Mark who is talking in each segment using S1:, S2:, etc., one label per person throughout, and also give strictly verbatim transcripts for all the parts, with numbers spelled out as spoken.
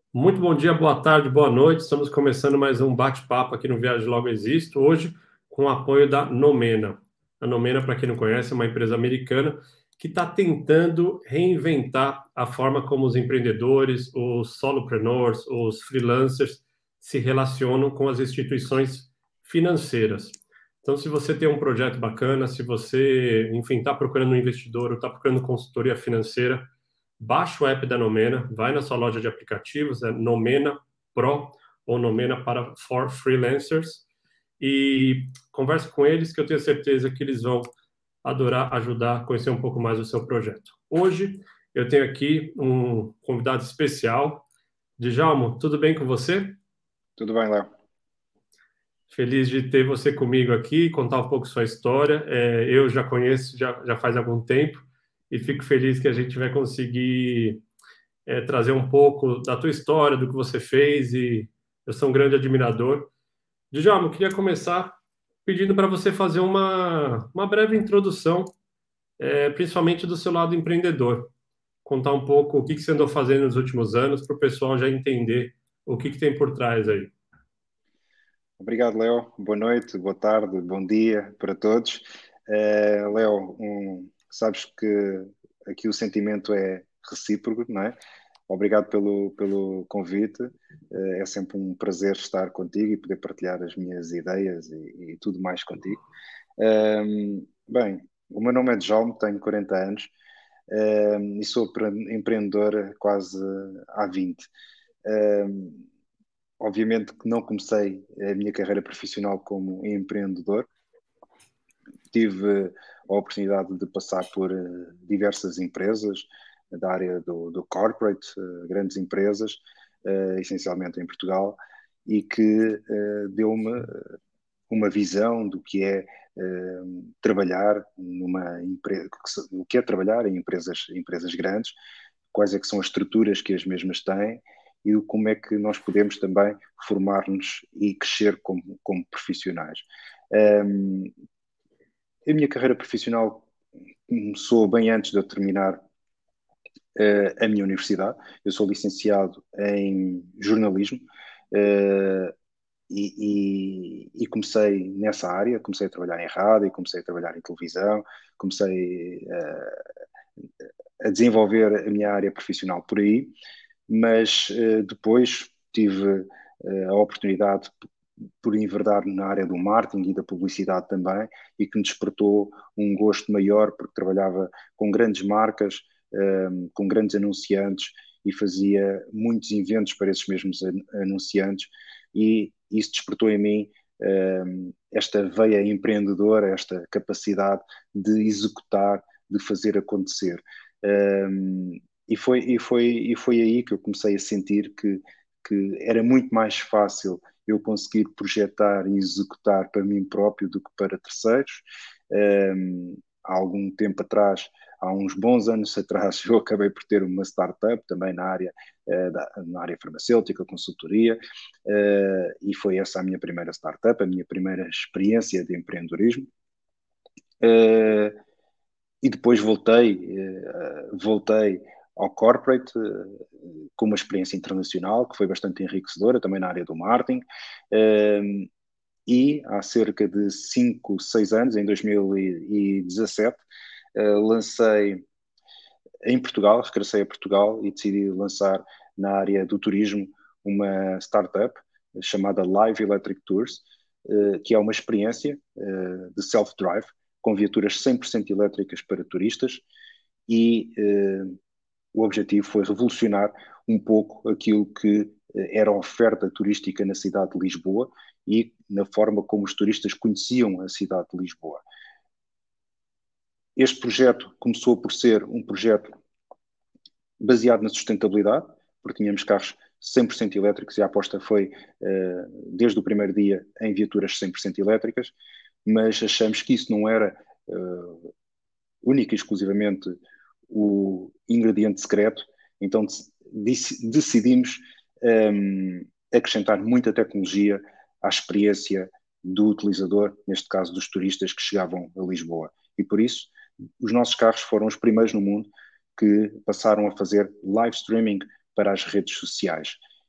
S1: Muito bom dia, boa tarde, boa noite. Estamos começando mais um bate-papo aqui no Viagem Logo Existo, hoje com o apoio da Nomena. A Nomena, para quem não conhece, é uma empresa americana que está tentando reinventar a forma como os empreendedores, os solopreneurs, os freelancers se relacionam com as instituições financeiras. Então, se você tem um projeto bacana, se você, enfim, está procurando um investidor ou está procurando consultoria financeira, baixa o app da Nomena, vai na sua loja de aplicativos, é Nomena Pro ou Nomena para for Freelancers e converse com eles que eu tenho certeza que eles vão adorar ajudar a conhecer um pouco mais o seu projeto. Hoje eu tenho aqui um convidado especial. Djalmo, tudo bem com você?
S2: Tudo bem, Léo?
S1: Feliz de ter você comigo aqui, contar um pouco sua história. É, eu já conheço já, já faz algum tempo e fico feliz que a gente vai conseguir é, trazer um pouco da tua história, do que você fez, e eu sou um grande admirador. Djalma, eu queria começar pedindo para você fazer uma, uma breve introdução, é, principalmente do seu lado empreendedor. Contar um pouco o que, que você andou fazendo nos últimos anos, para o pessoal já entender o que, que tem por trás aí.
S2: Obrigado, Léo. Boa noite, boa tarde, bom dia para todos. Eh, Léo, um, sabes que aqui o sentimento é recíproco, não é? Obrigado pelo, pelo convite. Eh, é sempre um prazer estar contigo e poder partilhar as minhas ideias e, e tudo mais contigo. Ehm, bem, o meu nome é Djalme, tenho quarenta anos, ehm, e sou pre- empreendedor quase há vinte. Ehm, Obviamente que não comecei a minha carreira profissional como empreendedor. Tive a oportunidade de passar por eh, diversas empresas da área do, do corporate, eh, grandes empresas, eh, essencialmente em Portugal, e que eh, deu-me uma visão do que é eh, trabalhar numa empresa, o que é trabalhar em empresas, empresas grandes, quais é que são as estruturas que as mesmas têm e como é que nós podemos também formar-nos e crescer como, como profissionais. Um, a minha carreira profissional começou bem antes de eu terminar uh, a minha universidade. Eu sou licenciado em jornalismo uh, e, e, e, comecei nessa área. Comecei a trabalhar em rádio, comecei a trabalhar em televisão, comecei uh, a desenvolver a minha área profissional por aí, mas uh, depois tive uh, a oportunidade por enverdar na área do marketing e da publicidade também, e que me despertou um gosto maior, porque trabalhava com grandes marcas, um, com grandes anunciantes, e fazia muitos eventos para esses mesmos anunciantes, e isso despertou em mim um, esta veia empreendedora, esta capacidade de executar, de fazer acontecer. Um, e, foi, e, foi, e foi aí que eu comecei a sentir que, que era muito mais fácil eu conseguir projetar e executar para mim próprio do que para terceiros. Um, há algum tempo atrás, há uns bons anos atrás, eu acabei por ter uma startup também na área, uh, da, na área farmacêutica, consultoria, uh, e foi essa a minha primeira startup, a minha primeira experiência de empreendedorismo. Uh, e depois voltei, uh, voltei ao corporate, uh, com uma experiência internacional que foi bastante enriquecedora, também na área do marketing. Uh, e há cerca de cinco, seis anos, em dois mil e dezassete, uh, lancei em Portugal, regressei a Portugal e decidi lançar na área do turismo uma startup chamada Live Electric Tours, uh, que é uma experiência uh, de self-drive com viaturas cem por cento elétricas para turistas e uh, o objetivo foi revolucionar um pouco aquilo que era a oferta turística na cidade de Lisboa e na forma como os turistas conheciam a cidade de Lisboa. Este projeto começou por ser um projeto baseado na sustentabilidade, porque tínhamos carros cem por cento elétricos e a aposta foi, desde o primeiro dia, em viaturas cem por cento elétricas, mas achamos que isso não era única e exclusivamente o ingrediente secreto, então decidimos um, acrescentar muita tecnologia à experiência do utilizador, neste caso dos turistas que chegavam a Lisboa. E por isso, os nossos carros foram os primeiros no mundo que passaram a fazer live streaming para as redes sociais.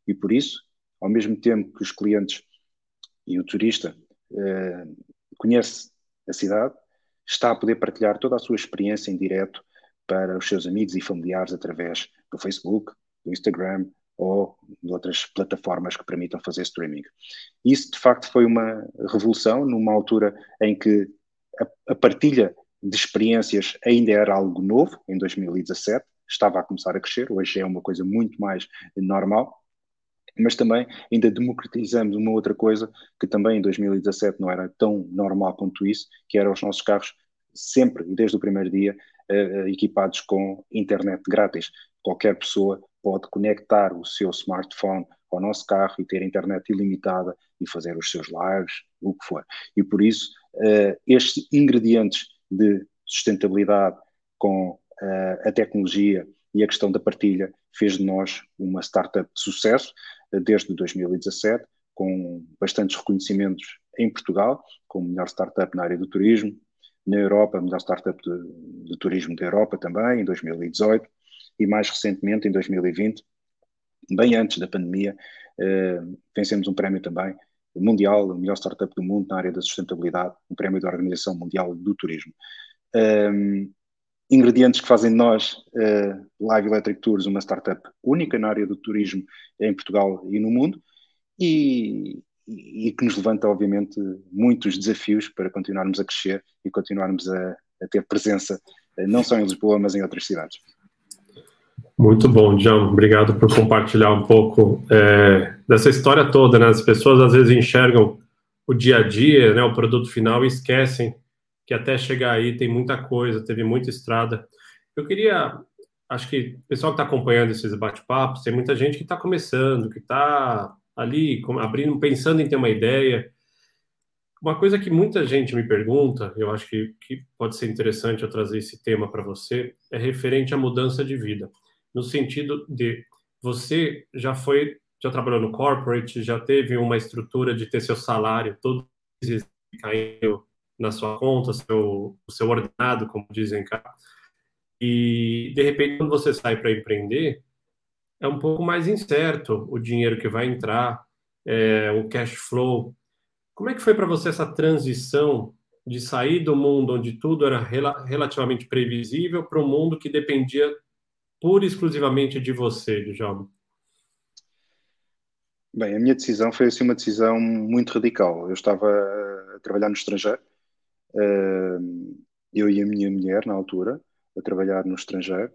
S2: E por isso, ao mesmo tempo que os clientes e o turista eh, conhece a cidade, está a poder partilhar toda a sua experiência em direto para os seus amigos e familiares através do Facebook, do Instagram ou de outras plataformas que permitam fazer streaming. Isso, de facto, foi uma revolução numa altura em que a, a partilha de experiências ainda era algo novo, em dois mil e dezassete, estava a começar a crescer, hoje é uma coisa muito mais normal, mas também ainda democratizamos uma outra coisa que também em dois mil e dezassete não era tão normal quanto isso, que eram os nossos carros sempre, e desde o primeiro dia, eh, equipados com internet grátis. Qualquer pessoa pode conectar o seu smartphone ao nosso carro e ter internet ilimitada e fazer os seus lives, o que for. E por isso, eh, estes ingredientes de sustentabilidade com eh, a tecnologia e a questão da partilha fez de nós uma startup de sucesso desde dois mil e dezassete, com bastantes reconhecimentos em Portugal, como melhor startup na área do turismo, na Europa, melhor startup de, de turismo da Europa também, em dois mil e dezoito, e mais recentemente, em dois mil e vinte, bem antes da pandemia, eh, vencemos um prémio também mundial, o melhor startup do mundo na área da sustentabilidade, um prémio da Organização Mundial do Turismo. Um, ingredientes que fazem de nós, uh, Live Electric Tours, uma startup única na área do turismo em Portugal e no mundo, e, e, e que nos levanta, obviamente, muitos desafios para continuarmos a crescer e continuarmos a, a ter presença, uh, não só em Lisboa, mas em outras cidades.
S1: Muito bom, João. Obrigado por compartilhar um pouco é, dessa história toda, né? As pessoas às vezes enxergam o dia a dia, né, o produto final, e esquecem que até chegar aí tem muita coisa, teve muita estrada. Eu queria, acho que o pessoal que está acompanhando esses bate-papos, tem muita gente que está começando, que está ali abrindo, pensando em ter uma ideia. Uma coisa que muita gente me pergunta, eu acho que, que pode ser interessante eu trazer esse tema para você, é referente à mudança de vida. No sentido de você já foi, já trabalhou no corporate, já teve uma estrutura de ter seu salário todo caindo na sua conta, seu, o seu ordenado, como dizem cá. E, de repente, quando você sai para empreender, é um pouco mais incerto o dinheiro que vai entrar, é, o cash flow. Como é que foi para você essa transição de sair do mundo onde tudo era rela relativamente previsível para um mundo que dependia pura e exclusivamente de você, Djalma?
S2: Bem, a minha decisão foi assim uma decisão muito radical. Eu estava a trabalhar no estrangeiro, eu e a minha mulher na altura, a trabalhar no estrangeiro,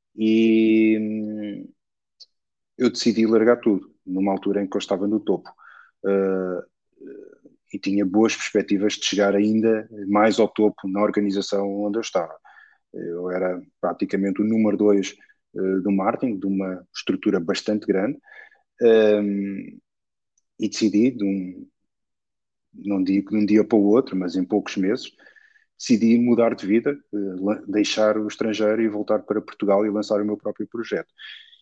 S2: e eu decidi largar tudo, numa altura em que eu estava no topo. Uh, e tinha boas perspectivas de chegar ainda mais ao topo na organização onde eu estava. Eu era praticamente o número dois uh, do marketing, de uma estrutura bastante grande, um, e decidi, de um, não digo de um dia para o outro, mas em poucos meses, decidi mudar de vida, uh, deixar o estrangeiro e voltar para Portugal e lançar o meu próprio projeto.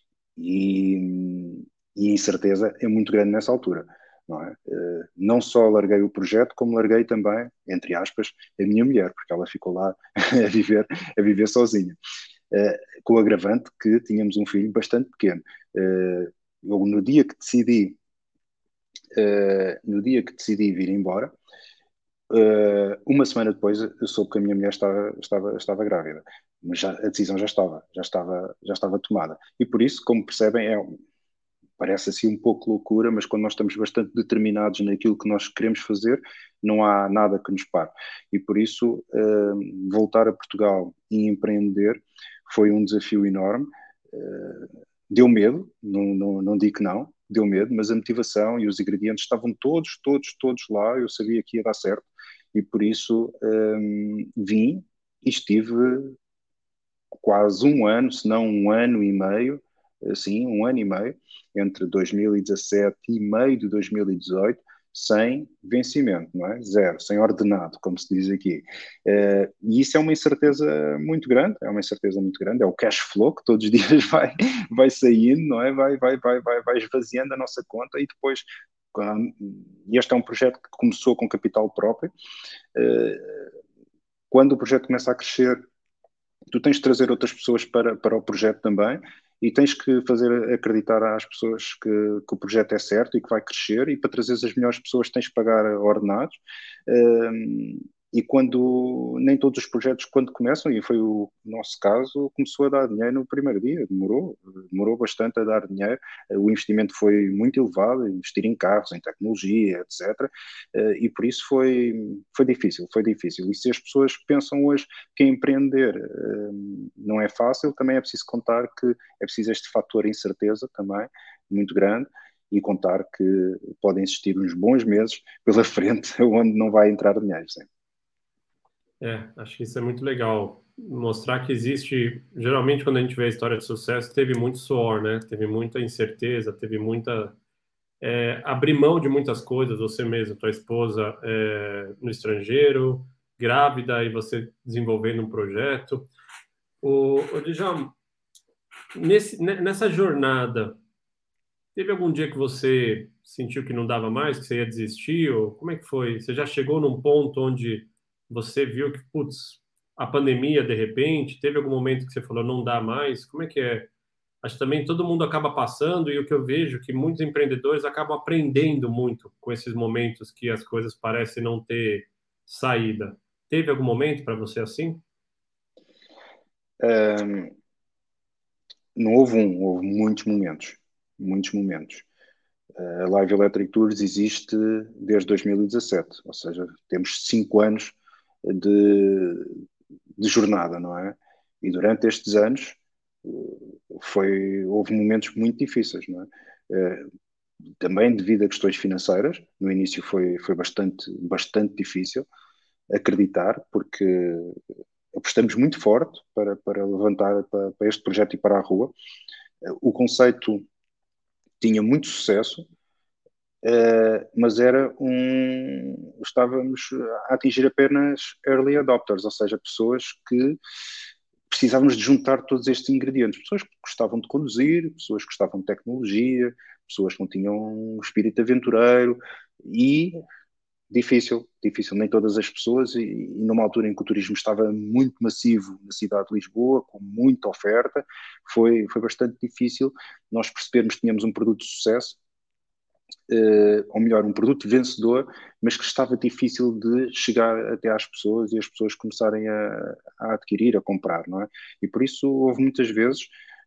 S2: E, e a incerteza é muito grande nessa altura. Não é? Uh, não só larguei o projeto, como larguei também, entre aspas, a minha mulher, porque ela ficou lá a viver, a viver sozinha. Uh, com o agravante que tínhamos um filho bastante pequeno. Uh, eu, no dia que decidi, uh, no dia que decidi vir embora, Uh, uma semana depois eu soube que a minha mulher estava, estava, estava grávida, mas já, a decisão já estava, já estava, já estava tomada. E por isso, como percebem, é, parece assim um pouco loucura, mas quando nós estamos bastante determinados naquilo que nós queremos fazer, não há nada que nos pare. E por isso, uh, voltar a Portugal e empreender foi um desafio enorme. Uh, deu medo, não, não, não digo que não, deu medo, mas a motivação e os ingredientes estavam todos, todos, todos lá, eu sabia que ia dar certo. E por isso um, vim e estive quase um ano, se não um ano e meio, assim, um ano e meio, entre dois mil e dezassete e meio de dois mil e dezoito, sem vencimento, não é? Zero, sem ordenado, como se diz aqui. Uh, e isso é uma incerteza muito grande, é uma incerteza muito grande, é o cash flow que todos os dias vai, vai saindo, não é? Vai, vai, vai, vai, vai esvaziando a nossa conta e depois, e este é um projeto que começou com capital próprio, uh, quando o projeto começa a crescer, tu tens de trazer outras pessoas para, para o projeto também, e tens que fazer acreditar às pessoas que, que o projeto é certo e que vai crescer, e para trazer as melhores pessoas tens que pagar ordenados. Um, e quando nem todos os projetos, quando começam, e foi o nosso caso, começou a dar dinheiro no primeiro dia, demorou, demorou bastante a dar dinheiro, o investimento foi muito elevado, investir em carros, em tecnologia, etcétera. E por isso foi, foi difícil, foi difícil. E se as pessoas pensam hoje que empreender não é fácil, também é preciso contar que é preciso este fator incerteza também, muito grande, e contar que podem existir uns bons meses pela frente onde não vai entrar dinheiro, sim.
S1: É, acho que isso é muito legal. Mostrar que existe. Geralmente, quando a gente vê a história de sucesso, teve muito suor, né? Teve muita incerteza, teve muita. É, abrir mão de muitas coisas, você mesmo, tua esposa é, no estrangeiro, grávida, e você desenvolvendo um projeto. O, o Djalma, nesse, nessa jornada, teve algum dia que você sentiu que não dava mais, que você ia desistir? Ou como é que foi? Você já chegou num ponto onde você viu que, putz, a pandemia, de repente, teve algum momento que você falou, não dá mais? Como é que é? Acho que também todo mundo acaba passando, e o que eu vejo é que muitos empreendedores acabam aprendendo muito com esses momentos que as coisas parecem não ter saída. Teve algum momento para você assim?
S2: Um, não houve um, houve muitos momentos, muitos momentos. A Live Electric Tours existe desde dois mil e dezassete, ou seja, temos cinco anos de, de jornada, não é? E durante estes anos foi, houve momentos muito difíceis, não é? Também devido a questões financeiras, no início foi, foi bastante, bastante difícil acreditar, porque apostamos muito forte para, para levantar para, para este projeto e para a rua. O conceito tinha muito sucesso, Uh, mas era um. Estávamos a atingir apenas early adopters, ou seja, pessoas que precisávamos de juntar todos estes ingredientes. Pessoas que gostavam de conduzir, pessoas que gostavam de tecnologia, pessoas que não tinham um espírito aventureiro e difícil, difícil, nem todas as pessoas, e, e numa altura em que o turismo estava muito massivo na cidade de Lisboa, com muita oferta, foi, foi bastante difícil nós percebermos que tínhamos um produto de sucesso, Uh, ou melhor, um produto vencedor, mas que estava difícil de chegar até às pessoas e as pessoas começarem a, a adquirir, a comprar, não é? E por isso houve muitas vezes,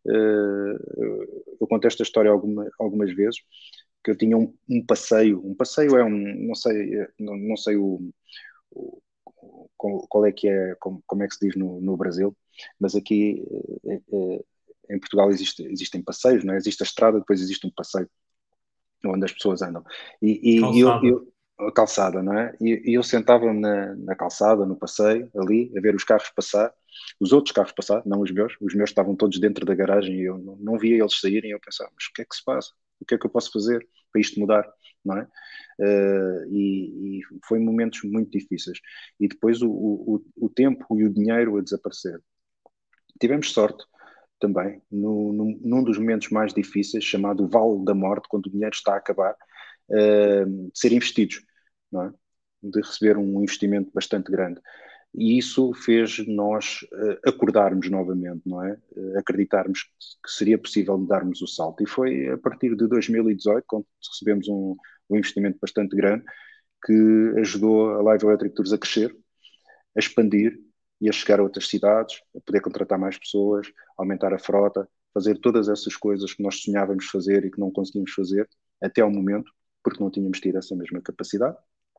S2: uh, eu conto esta história alguma, algumas vezes, que eu tinha um, um passeio, um passeio é um, não sei, não, não sei o, o qual é que é, como, como é que se diz no, no Brasil, mas aqui uh, em Portugal existe, existem passeios, não é? Existe a estrada, depois existe um passeio onde as pessoas andam. E, e eu,
S1: Calçada.
S2: eu, a calçada, não é? E, e eu sentava-me na, na calçada, no passeio, ali, a ver os carros passar, os outros carros passar, não os meus. Os meus estavam todos dentro da garagem e eu não, não via eles saírem. E eu pensava, mas o que é que se passa? O que é que eu posso fazer para isto mudar? Não é? Uh, e, e foi momentos muito difíceis. E depois o, o, o tempo e o dinheiro a desaparecer. Tivemos sorte também, no, no, num dos momentos mais difíceis, chamado Vale da Morte, quando o dinheiro está a acabar, uh, de ser investidos, não é? De receber um investimento bastante grande. E isso fez nós uh, acordarmos novamente, não é? Uh, acreditarmos que seria possível darmos o salto. E foi a partir de dois mil e dezoito, quando recebemos um, um investimento bastante grande, que ajudou a Live Electric Tours a crescer, a expandir e a chegar a outras cidades, a poder contratar mais pessoas, aumentar a frota, fazer todas essas coisas que nós sonhávamos fazer e que não conseguimos fazer até ao momento, porque não tínhamos tido essa mesma capacidade.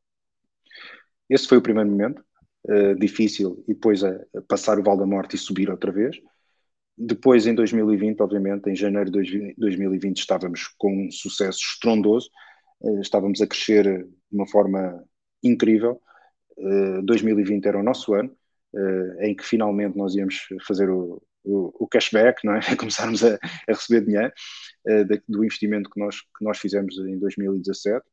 S2: Esse foi o primeiro momento, uh, difícil, e depois a, a passar o Val da Morte e subir outra vez. Depois, em dois mil e vinte, obviamente, em janeiro de dois mil e vinte, estávamos com um sucesso estrondoso, uh, estávamos a crescer de uma forma incrível. Uh, dois mil e vinte era o nosso ano, uh, em que finalmente nós íamos fazer o, o, o cashback, não é? Começarmos a, a receber dinheiro uh, de, do investimento que nós, que nós fizemos em dois mil e dezassete,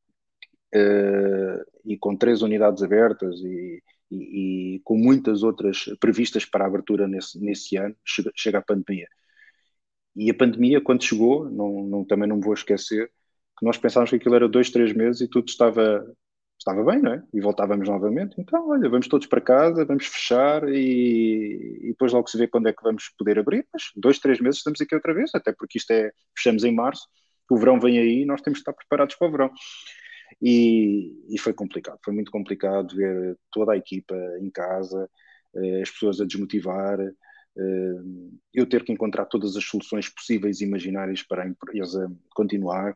S2: uh, e com três unidades abertas e, e, e com muitas outras previstas para a abertura nesse, nesse ano, chega, chega a pandemia. E a pandemia, quando chegou, não, não, também não me vou esquecer, que nós pensávamos que aquilo era dois, três meses e tudo estava estava bem, não é? E voltávamos novamente. Então, olha, vamos todos para casa, vamos fechar e, e depois logo se vê quando é que vamos poder abrir. Mas dois, três meses estamos aqui outra vez, até porque isto é, fechamos em março, o verão vem aí e nós temos que estar preparados para o verão. E, e foi complicado, foi muito complicado ver toda a equipa em casa, eh, as pessoas a desmotivar, eh, eu ter que encontrar todas as soluções possíveis e imaginárias para a empresa continuar.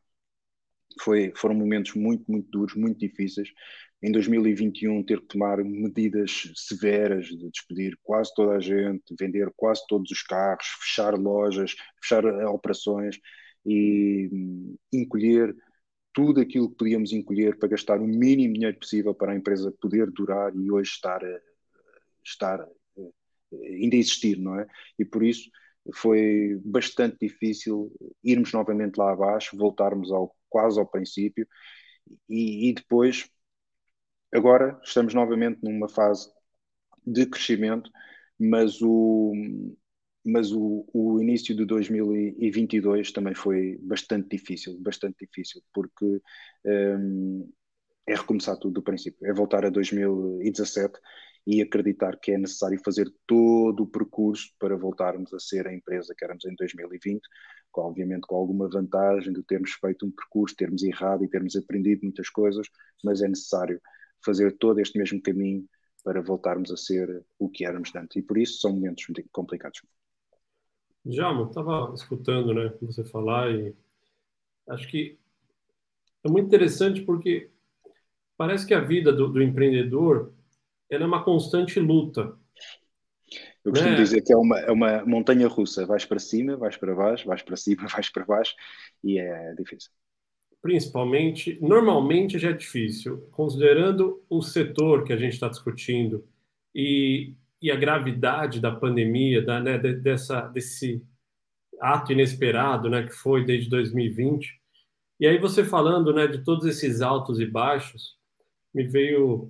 S2: Foi, foram momentos muito, muito duros, muito difíceis. Em dois mil e vinte e um, ter que tomar medidas severas de despedir quase toda a gente, vender quase todos os carros, fechar lojas, fechar eh, operações e hum, encolher tudo aquilo que podíamos encolher para gastar o mínimo dinheiro possível para a empresa poder durar e hoje estar, eh, estar eh, ainda existir, não é? E por isso foi bastante difícil irmos novamente lá abaixo, voltarmos ao, quase ao princípio e, e depois, agora estamos novamente numa fase de crescimento, mas o, mas o, o início de dois mil e vinte e dois também foi bastante difícil, bastante difícil, porque um, é recomeçar tudo do princípio, é voltar a dois mil e dezassete e acreditar que é necessário fazer todo o percurso para voltarmos a ser a empresa que éramos em dois mil e vinte, com, obviamente com alguma vantagem de termos feito um percurso, termos errado e termos aprendido muitas coisas, mas é necessário fazer todo este mesmo caminho para voltarmos a ser o que éramos antes. E por isso são momentos complicados.
S1: Já, mano, estava escutando, né, você falar e acho que é muito interessante porque parece que a vida do, do empreendedor ela é uma constante luta,
S2: Eu costumo
S1: né?
S2: dizer que é uma, é uma montanha russa. Vais para cima, vais para baixo, vais para cima, vais para baixo e é difícil.
S1: Principalmente, normalmente já é difícil, considerando o setor que a gente está discutindo e, e a gravidade da pandemia, da, né, de- dessa, desse ato inesperado, né, que foi desde dois mil e vinte. E aí você falando, né, de todos esses altos e baixos, me veio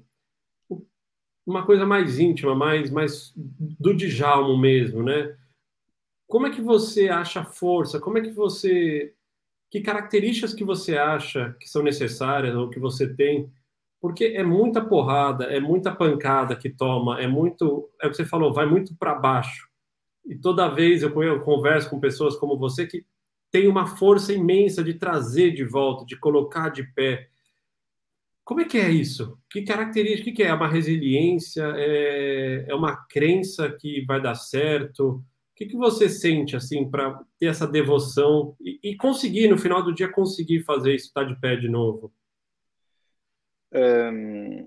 S1: uma coisa mais íntima, mais, mais do Djalma mesmo, né? Como é que você acha força? Como é que você que características que você acha que são necessárias ou que você tem? Porque é muita porrada, é muita pancada que toma, é muito, é o que você falou, vai muito para baixo. E toda vez eu, eu converso com pessoas como você que tem uma força imensa de trazer de volta, de colocar de pé. Como é que é isso? Que característica, o que que é? É uma resiliência? É, é uma crença que vai dar certo? O que que você sente assim para ter essa devoção e, e conseguir no final do dia conseguir fazer isso, estar de pé de novo?
S2: Hum,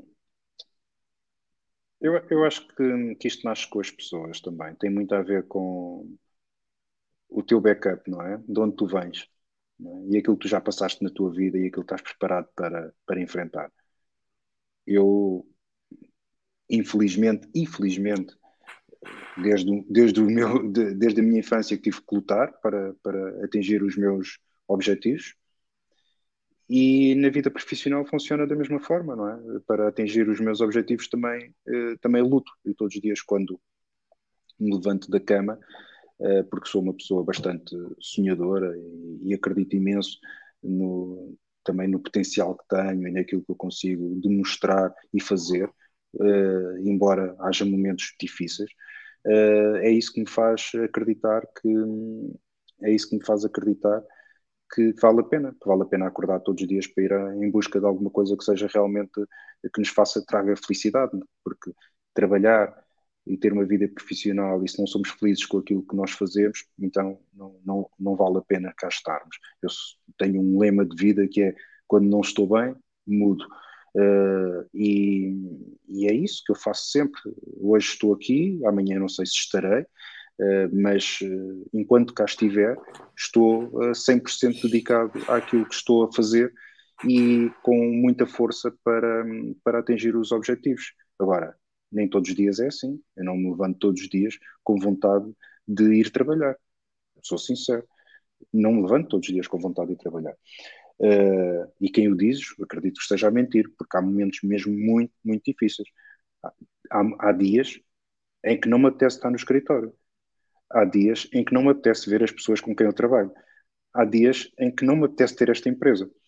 S2: eu, eu acho que, que isto nasce com as pessoas também. Tem muito a ver com o teu backup, não é? De onde tu vens, não é? E aquilo que tu já passaste na tua vida e aquilo que estás preparado para, para enfrentar. Eu, infelizmente, infelizmente, desde, o- desde, o meu, de- desde a minha infância que tive que lutar para, para atingir os meus objetivos. E na vida profissional funciona da mesma forma, não é? Para atingir os meus objetivos também, eh, também luto. E todos os dias, quando me levanto da cama, eh, porque sou uma pessoa bastante sonhadora e, e acredito imenso no, também no potencial que tenho e naquilo que eu consigo demonstrar e fazer, eh, embora haja momentos difíceis. Eh, é isso que me faz acreditar que é isso que me faz acreditar que vale a pena, que vale a pena acordar todos os dias para ir a, em busca de alguma coisa que seja realmente que nos faça, traga felicidade, porque trabalhar e ter uma vida profissional e se não somos felizes com aquilo que nós fazemos, então não, não, não vale a pena cá estarmos. Eu tenho um lema de vida que é quando não estou bem, mudo. Uh, e, e é isso que eu faço sempre. Hoje estou aqui, amanhã não sei se estarei, uh, mas uh, enquanto cá estiver, estou uh, cem por cento dedicado àquilo que estou a fazer e com muita força para, para atingir os objetivos. Agora, nem todos os dias é assim. Eu não me levanto todos os dias com vontade de ir trabalhar. Sou sincero. Não me levanto todos os dias com vontade de ir trabalhar. Uh, e quem o diz, acredito que esteja a mentir, porque há momentos mesmo muito, muito difíceis. Há, há dias em que não me apetece estar no escritório. Há dias em que não me apetece ver as pessoas com quem eu trabalho. Há dias em que não me apetece ter esta empresa.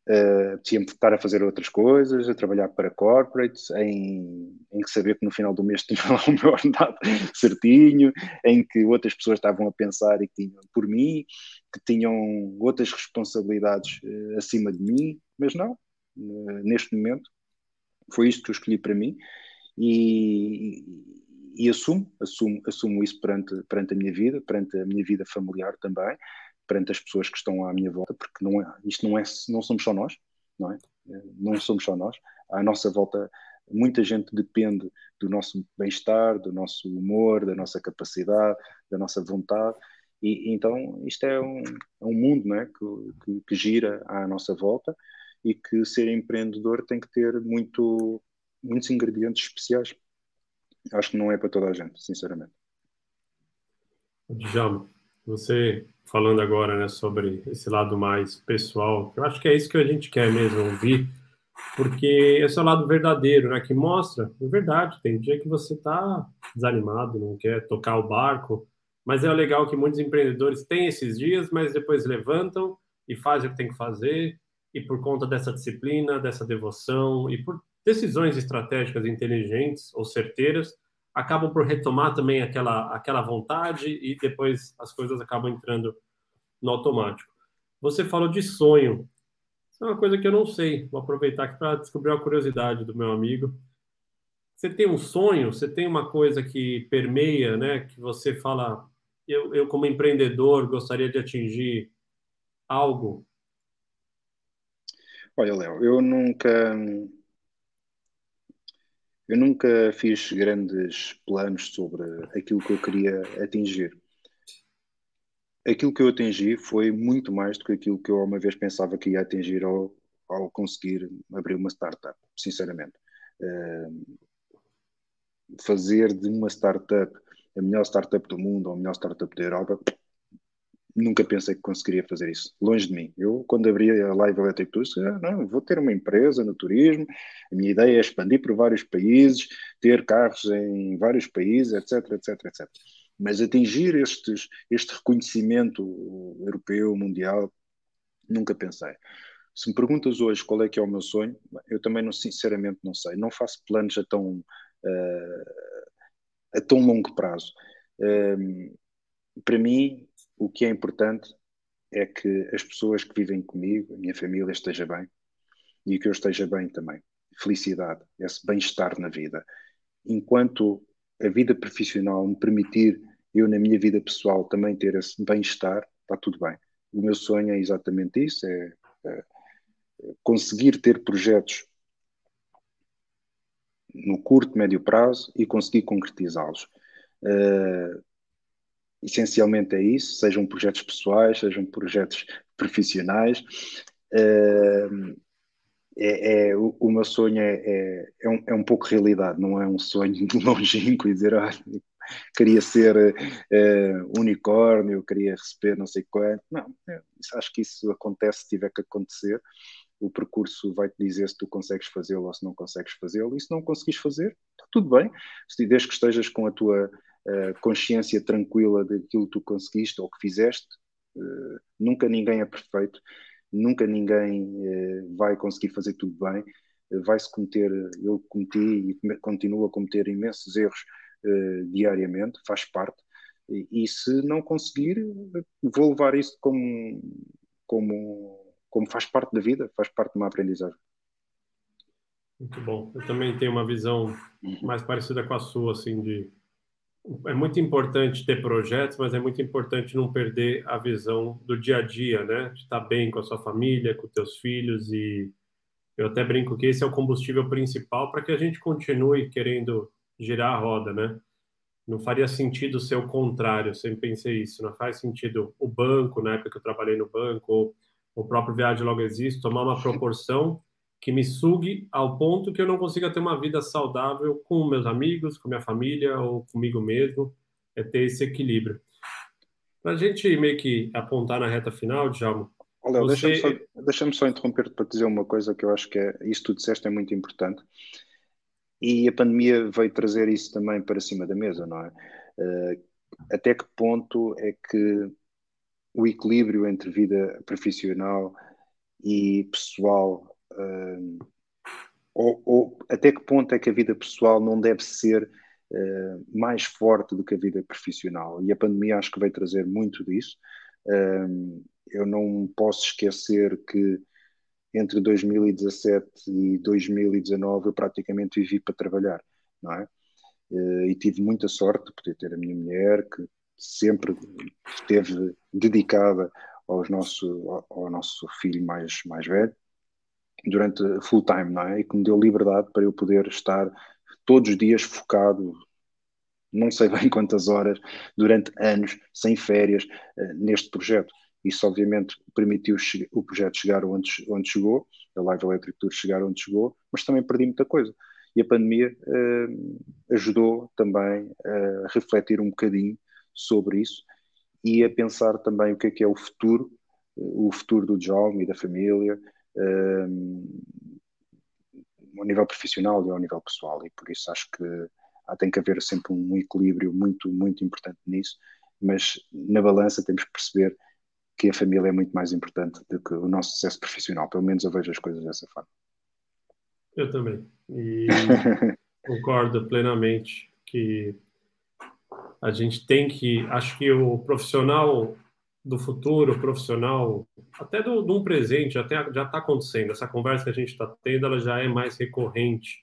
S2: Uh, tinha-me de estar a fazer outras coisas, a trabalhar para corporates, em, em saber que no final do mês tinha lá o meu ordenado certinho, em que outras pessoas estavam a pensar e que tinham por mim, que tinham outras responsabilidades uh, acima de mim, mas não, uh, neste momento foi isto que eu escolhi para mim e, e assumo, assumo, assumo isso perante, perante a minha vida, perante a minha vida familiar também, perante as pessoas que estão à minha volta, porque não é, isto não, é, não somos só nós, não é? Não somos só nós. À nossa volta, muita gente depende do nosso bem-estar, do nosso humor, da nossa capacidade, da nossa vontade. E, então, isto é um, é um mundo, não é? que, que, que gira à nossa volta e que ser empreendedor tem que ter muito, muitos ingredientes especiais. Acho que não é para toda a gente, sinceramente.
S1: Djalma, você falando agora, né, sobre esse lado mais pessoal, eu acho que é isso que a gente quer mesmo ouvir, porque esse é o lado verdadeiro, né, que mostra, é verdade, tem dia que você tá desanimado, não quer tocar o barco, mas é legal que muitos empreendedores têm esses dias, mas depois levantam e fazem o que tem que fazer, e por conta dessa disciplina, dessa devoção e por decisões estratégicas inteligentes ou certeiras, acabam por retomar também aquela, aquela vontade e depois as coisas acabam entrando no automático. Você falou de sonho. Isso é uma coisa que eu não sei. Vou aproveitar aqui para descobrir uma curiosidade do meu amigo. Você tem um sonho? Você tem uma coisa que permeia, né? Que você fala, eu, eu como empreendedor gostaria de atingir algo?
S2: Olha, Léo, eu nunca, eu nunca fiz grandes planos sobre aquilo que eu queria atingir. Aquilo que eu atingi foi muito mais do que aquilo que eu uma vez pensava que ia atingir ao, ao conseguir abrir uma startup, sinceramente. Uh, fazer de uma startup a melhor startup do mundo ou a melhor startup da Europa, nunca pensei que conseguiria fazer isso. Longe de mim. Eu, quando abri a Live Electric Tours, ah, não, vou ter uma empresa no turismo, a minha ideia é expandir por vários países, ter carros em vários países, etc, etc, etcétera. Mas atingir estes, este reconhecimento europeu, mundial, nunca pensei. Se me perguntas hoje qual é que é o meu sonho, eu também não, sinceramente não sei. Não faço planos a tão, uh, a tão longo prazo. Um, para mim, o que é importante é que as pessoas que vivem comigo, a minha família, esteja bem e que eu esteja bem também. Felicidade, esse bem-estar na vida. Enquanto a vida profissional me permitir, eu na minha vida pessoal também ter esse bem-estar, está tudo bem. O meu sonho é exatamente isso, é, é conseguir ter projetos no curto, médio prazo e conseguir concretizá-los. Uh, essencialmente é isso, sejam projetos pessoais, sejam projetos profissionais. Uh, é, é, o, o meu sonho é, é, é, um, é um pouco realidade, não é um sonho longínquo e dizer, ah, queria ser uh, unicórnio, queria receber não sei quanto. Não, é, acho que isso acontece se tiver que acontecer. O percurso vai-te dizer se tu consegues fazê-lo ou se não consegues fazê-lo, e se não conseguires fazer, está tudo bem, desde que estejas com a tua uh, consciência tranquila daquilo que tu conseguiste ou que fizeste. Uh, nunca ninguém é perfeito, nunca ninguém uh, vai conseguir fazer tudo bem, uh, vai-se cometer, eu cometi e continuo a cometer imensos erros uh, diariamente, faz parte, e, e se não conseguir, vou levar isso como, como como faz parte da vida, faz parte de uma aprendizagem.
S1: Muito bom. Eu também tenho uma visão mais parecida com a sua, assim, de é muito importante ter projetos, mas é muito importante não perder a visão do dia a dia, né? De estar bem com a sua família, com os teus filhos e eu até brinco que esse é o combustível principal para que a gente continue querendo girar a roda, né? Não faria sentido ser o contrário, eu sempre pensei isso. Não faz sentido o banco, na época que eu trabalhei no banco, ou o próprio Viagem Logo Existe, tomar uma proporção que me sugue ao ponto que eu não consiga ter uma vida saudável com meus amigos, com minha família ou comigo mesmo. É ter esse equilíbrio. Para a gente meio que apontar na reta final, Djalma,
S2: Olha, deixa-me só,
S1: você.
S2: deixa só interromper-te para dizer uma coisa que eu acho que é, isso que tu disseste é muito importante. E a pandemia veio trazer isso também para cima da mesa, não é? Uh, até que ponto é que o equilíbrio entre vida profissional e pessoal, uh, ou, ou até que ponto é que a vida pessoal não deve ser uh, mais forte do que a vida profissional? E a pandemia acho que veio trazer muito disso. Uh, eu não posso esquecer que entre dois mil e dezassete e dois mil e dezanove eu praticamente vivi para trabalhar, não é? Uh, e tive muita sorte de poder ter a minha mulher, que sempre esteve dedicada aos nosso, ao, ao nosso filho mais, mais velho, durante full time, não é? E que me deu liberdade para eu poder estar todos os dias focado, não sei bem quantas horas, durante anos, sem férias, uh, neste projeto. Isso, obviamente, permitiu o projeto chegar onde, onde chegou, a Live Electric Tour chegar onde chegou, mas também perdi muita coisa. E a pandemia uh, ajudou também a refletir um bocadinho sobre isso e a pensar também o que é que é o futuro, o futuro do jovem e da família, uh, ao nível profissional e ao nível pessoal. E por isso acho que há, tem que haver sempre um equilíbrio muito, muito importante nisso, mas na balança temos que perceber que a família é muito mais importante do que o nosso sucesso profissional. Pelo menos eu vejo as coisas dessa forma.
S1: Eu também. E concordo plenamente que a gente tem que, acho que o profissional do futuro, o profissional até do, de um presente, até já está acontecendo. Essa conversa que a gente está tendo, ela já é mais recorrente.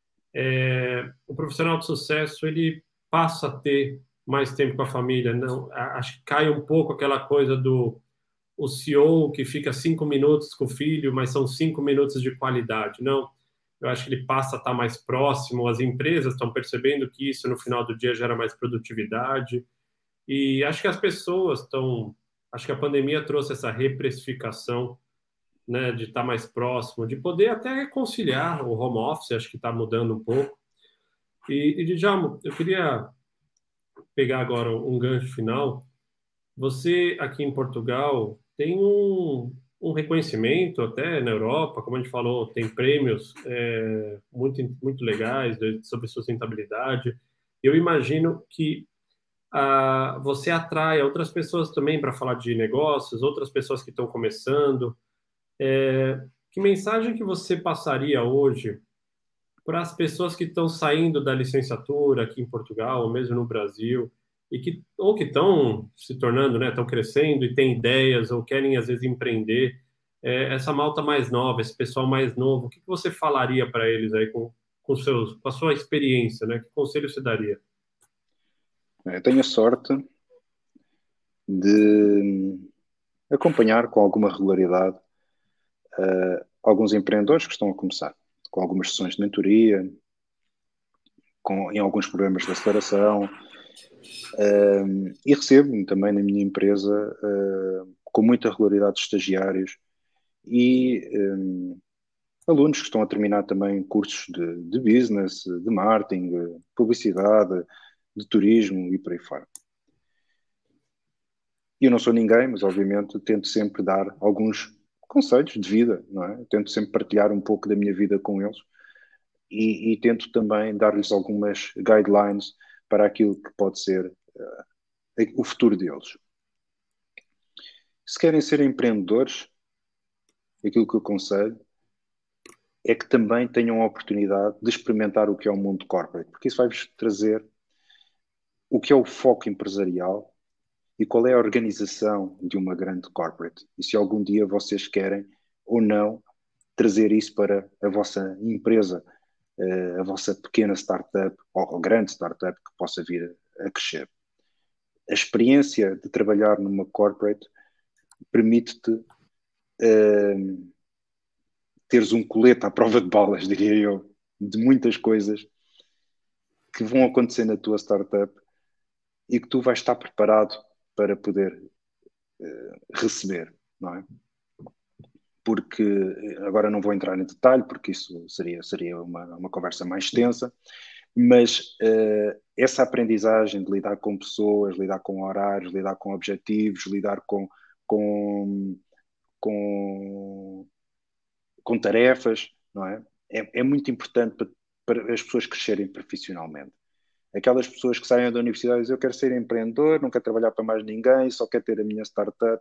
S1: É, o profissional de sucesso, ele passa a ter mais tempo com a família. Não, acho que cai um pouco aquela coisa do o C E O que fica cinco minutos com o filho, mas são cinco minutos de qualidade. Não, eu acho que ele passa a estar mais próximo, as empresas estão percebendo que isso no final do dia gera mais produtividade, e acho que as pessoas estão, acho que a pandemia trouxe essa reprecificação, né, de estar mais próximo, de poder até conciliar o home office, acho que está mudando um pouco. E, e Djalma, eu queria pegar agora um gancho final. Você, aqui em Portugal, tem um, um reconhecimento até na Europa, como a gente falou, tem prêmios é, muito, muito legais de- sobre sustentabilidade. Eu imagino que ah, você atrai outras pessoas também para falar de negócios, outras pessoas que estão começando. É, que mensagem que você passaria hoje para as pessoas que estão saindo da licenciatura aqui em Portugal, ou mesmo no Brasil, e que ou que estão se tornando, né, estão crescendo e têm ideias ou querem às vezes empreender, é, essa malta mais nova, esse pessoal mais novo, o que que você falaria para eles aí com, com seus, com a sua experiência, né? Que conselho você daria?
S2: Eu tenho a sorte de acompanhar com alguma regularidade uh, alguns empreendedores que estão a começar, com algumas sessões de mentoria, com, em alguns programas de aceleração, um, e recebo também na minha empresa uh, com muita regularidade estagiários e um, alunos que estão a terminar também cursos de, de business, de marketing, de publicidade, de turismo e por aí fora. Eu não sou ninguém, mas obviamente tento sempre dar alguns conselhos de vida, não é? Eu tento sempre partilhar um pouco da minha vida com eles e, e tento também dar-lhes algumas guidelines para aquilo que pode ser uh, o futuro deles. Se querem ser empreendedores, aquilo que eu aconselho é que também tenham a oportunidade de experimentar o que é o mundo corporate, porque isso vai-vos trazer o que é o foco empresarial e qual é a organização de uma grande corporate. E se algum dia vocês querem ou não trazer isso para a vossa empresa, a vossa pequena startup ou grande startup que possa vir a crescer. A experiência de trabalhar numa corporate permite-te uh, teres um colete à prova de balas, diria eu, de muitas coisas que vão acontecer na tua startup e que tu vais estar preparado para poder uh, receber, não é? Porque agora não vou entrar em detalhe, porque isso seria, seria uma, uma conversa mais extensa, mas uh, essa aprendizagem de lidar com pessoas, lidar com horários, lidar com objetivos, lidar com, com, com, com tarefas, não é? É, é muito importante para, para as pessoas crescerem profissionalmente. Aquelas pessoas que saem da universidade e dizem eu quero ser empreendedor, não quero trabalhar para mais ninguém, só quero ter a minha startup.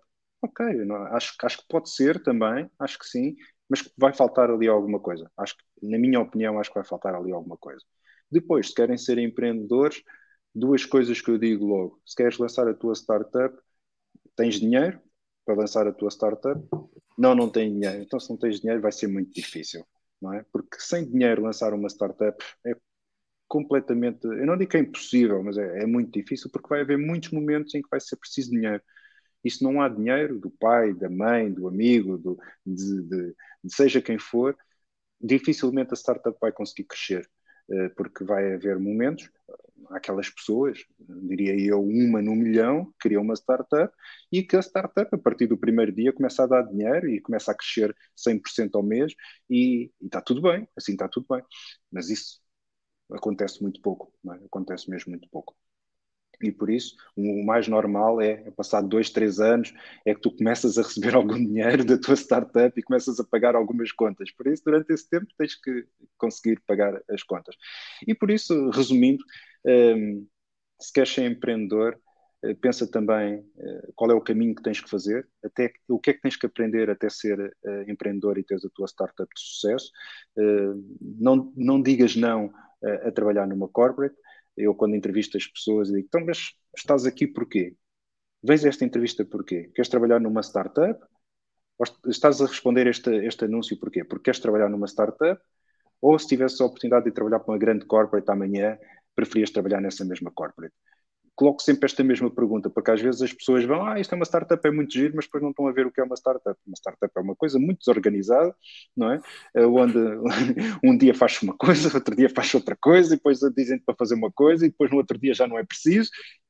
S2: Ok, não- acho, acho que pode ser também, acho que sim, mas que vai faltar ali alguma coisa. Acho que, na minha opinião, acho que vai faltar ali alguma coisa. Depois, se querem ser empreendedores, duas coisas que eu digo logo. Se queres lançar a tua startup, tens dinheiro para lançar a tua startup? Não, não tens dinheiro. Então, se não tens dinheiro, vai ser muito difícil, não é? Porque sem dinheiro lançar uma startup é completamente, eu não digo que é impossível, mas é, é muito difícil porque vai haver muitos momentos em que vai ser preciso dinheiro. E se não há dinheiro do pai, da mãe, do amigo, do, de, de, de seja quem for, dificilmente a startup vai conseguir crescer, eh, porque vai haver momentos, aquelas pessoas, diria eu, uma no milhão, que criam uma startup e que a startup, a partir do primeiro dia, começa a dar dinheiro e começa a crescer cem por cento ao mês e, e está tudo bem, assim está tudo bem. Mas isso acontece muito pouco, não é? Acontece mesmo muito pouco. E por isso, o mais normal é, passado dois, três anos, é que tu começas a receber algum dinheiro da tua startup e começas a pagar algumas contas. Por isso, durante esse tempo, tens que conseguir pagar as contas. E por isso, resumindo, um, se queres ser empreendedor, uh, pensa também uh, qual é o caminho que tens que fazer, até o que é que tens que aprender até ser uh, empreendedor e teres a tua startup de sucesso. Uh, não, não digas não uh, a trabalhar numa corporate. Eu, quando entrevisto as pessoas, digo: então, mas estás aqui porquê? Vês esta entrevista porquê? Queres trabalhar numa startup? Ou estás a responder este, este anúncio porquê? Porque queres trabalhar numa startup? Ou se tivesse a oportunidade de trabalhar para uma grande corporate amanhã, preferias trabalhar nessa mesma corporate? Coloco sempre esta mesma pergunta, porque às vezes as pessoas vão, ah, isto é uma startup, é muito giro, mas depois não estão a ver o que é uma startup. Uma startup é uma coisa muito desorganizada, não é? Onde um dia faz uma coisa, outro dia faz outra coisa, e depois dizem-te para fazer uma coisa, e depois no outro dia já não é preciso.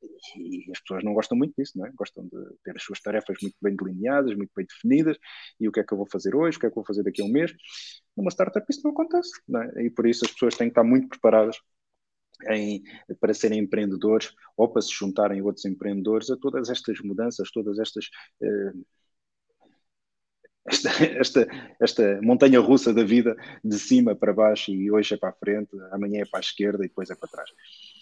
S2: E as pessoas não gostam muito disso, não é? Gostam de ter as suas tarefas muito bem delineadas, muito bem definidas, e o que é que eu vou fazer hoje, o que é que eu vou fazer daqui a um mês. Numa startup isso não acontece, não é? E por isso as pessoas têm que estar muito preparadas em, para serem empreendedores ou para se juntarem a outros empreendedores, a todas estas mudanças, todas estas uh, esta, esta, esta montanha russa da vida, de cima para baixo, e hoje é para a frente, amanhã é para a esquerda e depois é para trás.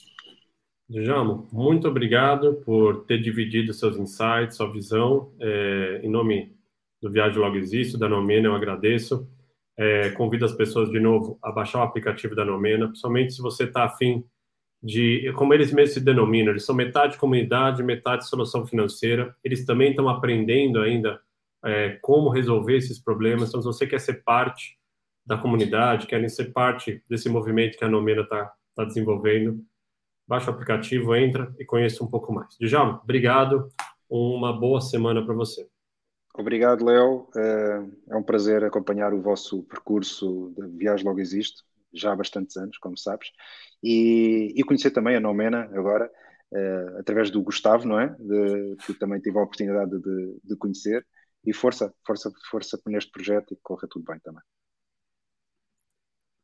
S1: Djalma, muito obrigado por ter dividido seus insights, sua visão. É, em nome do Viagem Logo Existe, da Nomena, eu agradeço. É, convido as pessoas de novo a baixar o aplicativo da Nomena, principalmente se você está afim de, como eles mesmos se denominam, eles são metade comunidade, metade solução financeira. Eles também estão aprendendo ainda é, como resolver esses problemas. Então, se você quer ser parte da comunidade, quer ser parte desse movimento que a Nomena está tá desenvolvendo, baixa o aplicativo, entra e conheça um pouco mais. Djalma, obrigado. Uma boa semana para você.
S2: Obrigado, Léo. É um prazer acompanhar o vosso percurso de Viagem Logo Existe, já há bastantes anos, como sabes, e, e conhecer também a Nomena agora, uh, através do Gustavo, não é? De, que também tive a oportunidade de, de conhecer. E força, força, força neste projeto e que corra tudo bem também.